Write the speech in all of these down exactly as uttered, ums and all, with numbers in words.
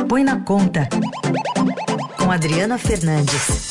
Põe na Conta, com Adriana Fernandes.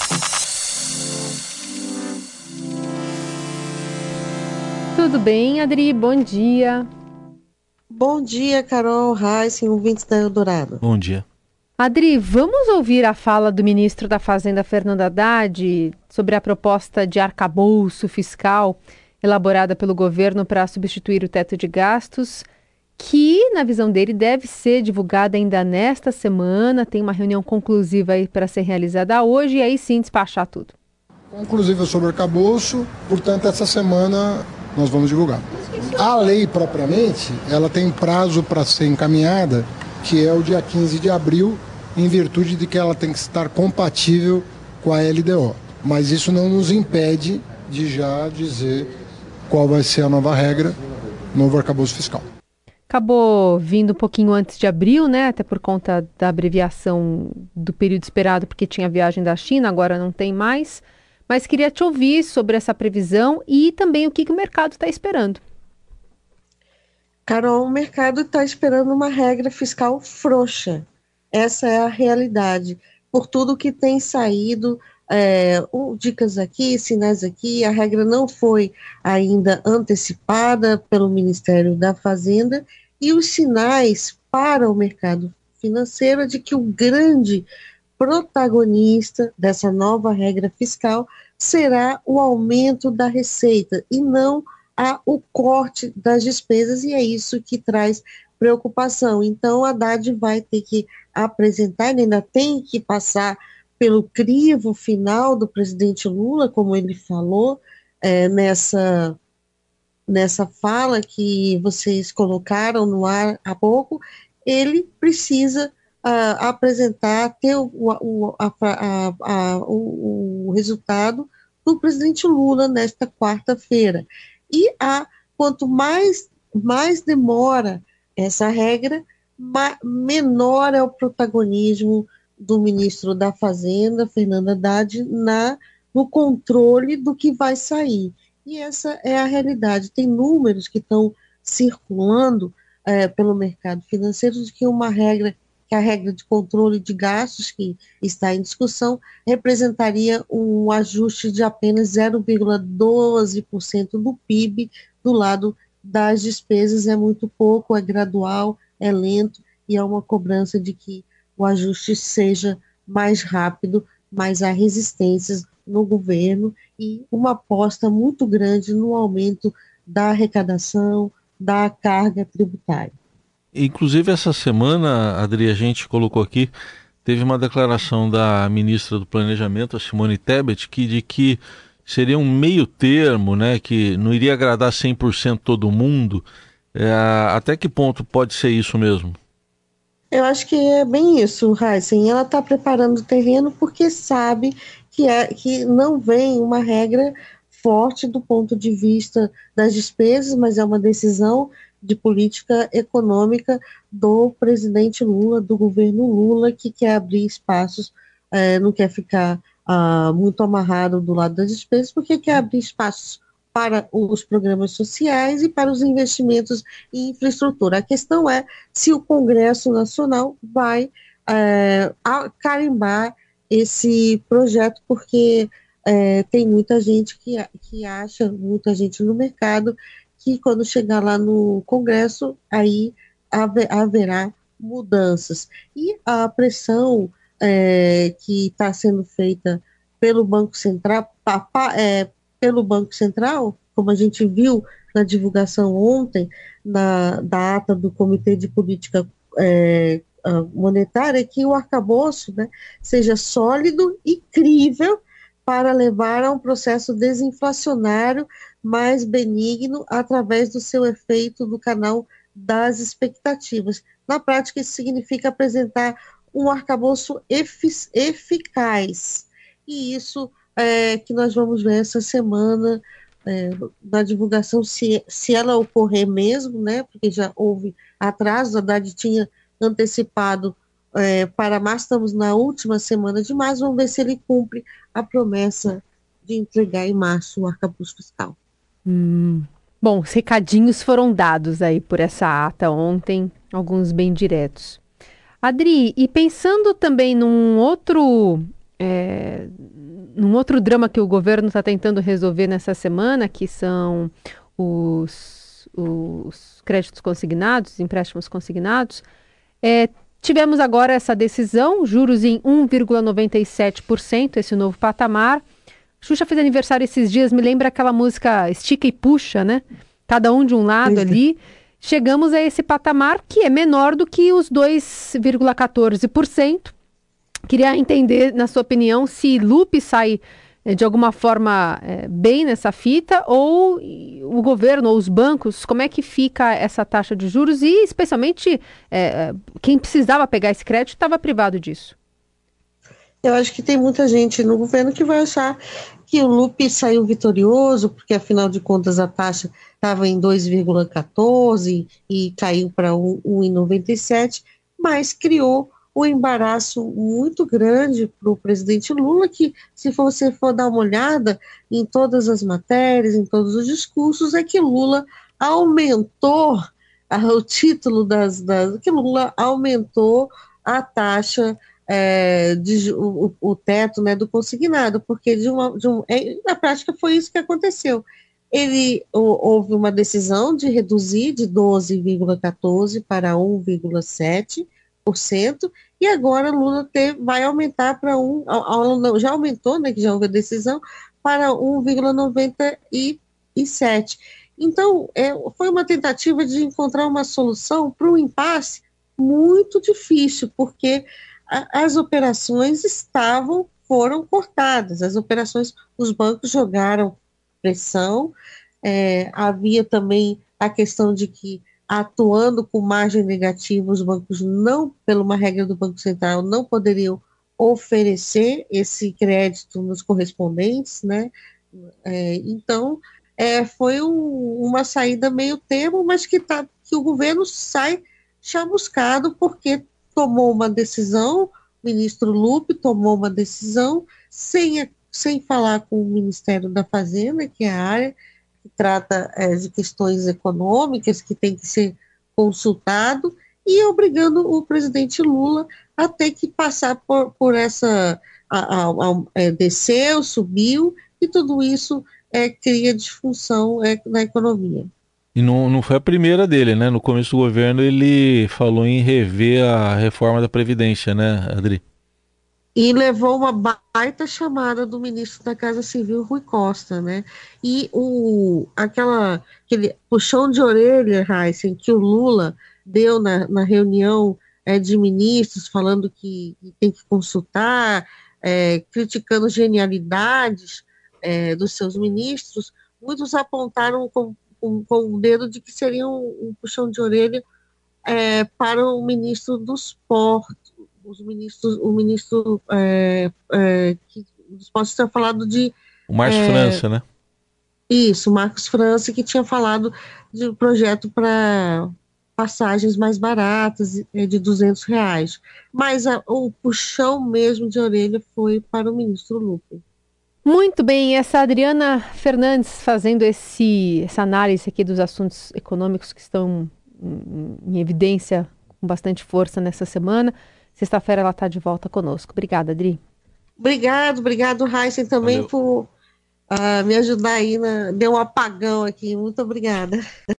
Tudo bem, Adri? Bom dia. Bom dia, Carol, Raíssa, ouvintes da Eldorado. Bom dia. Adri, vamos ouvir a fala do ministro da Fazenda, Fernando Haddad, sobre a proposta de arcabouço fiscal elaborada pelo governo para substituir o teto de gastos, que, na visão dele, deve ser divulgada ainda nesta semana. Tem uma reunião conclusiva aí para ser realizada hoje e aí sim despachar tudo. Conclusiva sobre o arcabouço, portanto, essa semana nós vamos divulgar. A lei propriamente, ela tem prazo para ser encaminhada, que é o dia quinze de abril, em virtude de que ela tem que estar compatível com a L D O. Mas isso não nos impede de já dizer qual vai ser a nova regra, novo arcabouço fiscal. Acabou vindo um pouquinho antes de abril, né? Até por conta da abreviação do período esperado, porque tinha viagem da China, agora não tem mais. Mas queria te ouvir sobre essa previsão e também o que, que o mercado está esperando. Carol, o mercado está esperando uma regra fiscal frouxa. Essa é a realidade. Por tudo que tem saído, é, um, dicas aqui, sinais aqui, a regra não foi ainda antecipada pelo Ministério da Fazenda e os sinais para o mercado financeiro é de que o grande protagonista dessa nova regra fiscal será o aumento da receita e não a, o corte das despesas, e é isso que traz preocupação. Então, a Haddad vai ter que apresentar, ele ainda tem que passar pelo crivo final do presidente Lula, como ele falou, é, nessa, nessa fala que vocês colocaram no ar há pouco. Ele precisa uh, apresentar, ter o, o, a, a, a, o, o resultado do presidente Lula nesta quarta-feira. E a, quanto mais, mais demora essa regra, ma, menor é o protagonismo do ministro da Fazenda, Fernando Haddad, na, no controle do que vai sair. E essa é a realidade. Tem números que estão circulando é, pelo mercado financeiro de que uma regra, que a regra de controle de gastos que está em discussão, representaria um ajuste de apenas zero vírgula doze por cento do P I B do lado das despesas. É muito pouco, é gradual, é lento e é uma cobrança de que o ajuste seja mais rápido, mas há resistências no governo e uma aposta muito grande no aumento da arrecadação, da carga tributária. Inclusive, essa semana, Adri, a gente colocou aqui, teve uma declaração da ministra do Planejamento, a Simone Tebet, que, de que seria um meio termo, né, que não iria agradar cem por cento todo mundo. É, até que ponto pode ser isso mesmo? Eu acho que é bem isso, Heisen. Ela está preparando o terreno porque sabe que, é, que não vem uma regra forte do ponto de vista das despesas, mas é uma decisão de política econômica do presidente Lula, do governo Lula, que quer abrir espaços, é, não quer ficar ah, muito amarrado do lado das despesas, porque quer abrir espaços para os programas sociais e para os investimentos em infraestrutura. A questão é se o Congresso Nacional vai é, carimbar esse projeto, porque é, tem muita gente que, que acha, muita gente no mercado, que quando chegar lá no Congresso, aí haverá mudanças. E a pressão é, que está sendo feita pelo Banco Central, é, pelo Banco Central, como a gente viu na divulgação ontem, na, da ata do Comitê de Política é, Monetária, que o arcabouço, né, seja sólido e crível para levar a um processo desinflacionário mais benigno através do seu efeito do canal das expectativas. Na prática, isso significa apresentar um arcabouço efic- eficaz. E isso é que nós vamos ver essa semana é, na divulgação, se, se ela ocorrer mesmo, né, porque já houve atraso, a Haddad tinha antecipado é, para março, estamos na última semana de março, vamos ver se ele cumpre a promessa de entregar em março o arcabouço fiscal. Hum. Bom, os recadinhos foram dados aí por essa ata ontem, alguns bem diretos. Adri, e pensando também num outro, é, num outro drama que o governo está tentando resolver nessa semana, que são os, os créditos consignados, empréstimos consignados, é, tivemos agora essa decisão, juros em um vírgula noventa e sete por cento, esse novo patamar. Xuxa fez aniversário esses dias, me lembra aquela música Estica e Puxa, né? Cada um de um lado ali. Chegamos a esse patamar que é menor do que os dois vírgula quatorze por cento. Queria entender, na sua opinião, se Lupe sai eh, de alguma forma eh, bem nessa fita, ou o governo ou os bancos, como é que fica essa taxa de juros e, especialmente, eh, quem precisava pegar esse crédito estava privado disso? Eu acho que tem muita gente no governo que vai achar que o Lupe saiu vitorioso, porque afinal de contas a taxa estava em dois vírgula quatorze e caiu para um vírgula noventa e sete, mas criou um embaraço muito grande para o presidente Lula, que se você for dar uma olhada em todas as matérias, em todos os discursos, é que Lula aumentou a, o título das, das... que Lula aumentou a taxa É, de, o, o teto, né, do consignado, porque de uma, de um, é, na prática foi isso que aconteceu. Ele o, houve uma decisão de reduzir de doze vírgula quatorze por cento para um vírgula sete por cento e agora Lula ter, vai aumentar para um, já aumentou, né, que já houve a decisão, para um vírgula noventa e sete por cento. Então, é, foi uma tentativa de encontrar uma solução para um impasse muito difícil, porque as operações estavam, foram cortadas, as operações, os bancos jogaram pressão, é, havia também a questão de que, atuando com margem negativa, os bancos não, pela uma regra do Banco Central, não poderiam oferecer esse crédito nos correspondentes, né, é, então, é, foi um, uma saída meio termo, mas que, tá, que o governo sai chamuscado, porque tomou uma decisão, o ministro Lupe tomou uma decisão sem, sem falar com o Ministério da Fazenda, que é a área que trata é, de questões econômicas, que tem que ser consultado, e obrigando o presidente Lula a ter que passar por, por essa, a, a, a, é, desceu, subiu, e tudo isso é, cria disfunção é, na economia. E não, não foi a primeira dele, né? No começo do governo ele falou em rever a reforma da Previdência, né, Adri? E levou uma baita chamada do ministro da Casa Civil, Rui Costa, né? E o, aquela, aquele puxão de orelha, Heisen, que o Lula deu na, na reunião é, de ministros, falando que, que tem que consultar, é, criticando genialidades é, dos seus ministros, muitos apontaram com Com, com o dedo de que seria um, um puxão de orelha é, para o ministro dos portos, os ministros, o ministro é, é, que dos portos tinha falado de... O Márcio é, França, né? Isso, o Marcos França, que tinha falado de um projeto para passagens mais baratas, de duzentos reais. Mas a, o puxão mesmo de orelha foi para o ministro Lupe. Muito bem, essa Adriana Fernandes fazendo esse, essa análise aqui dos assuntos econômicos que estão em, em evidência com bastante força nessa semana. Sexta-feira ela está de volta conosco. Obrigada, Adri. Obrigado, obrigado, Heisen, também Valeu. por uh, me ajudar aí, na, deu um apagão aqui. Muito obrigada.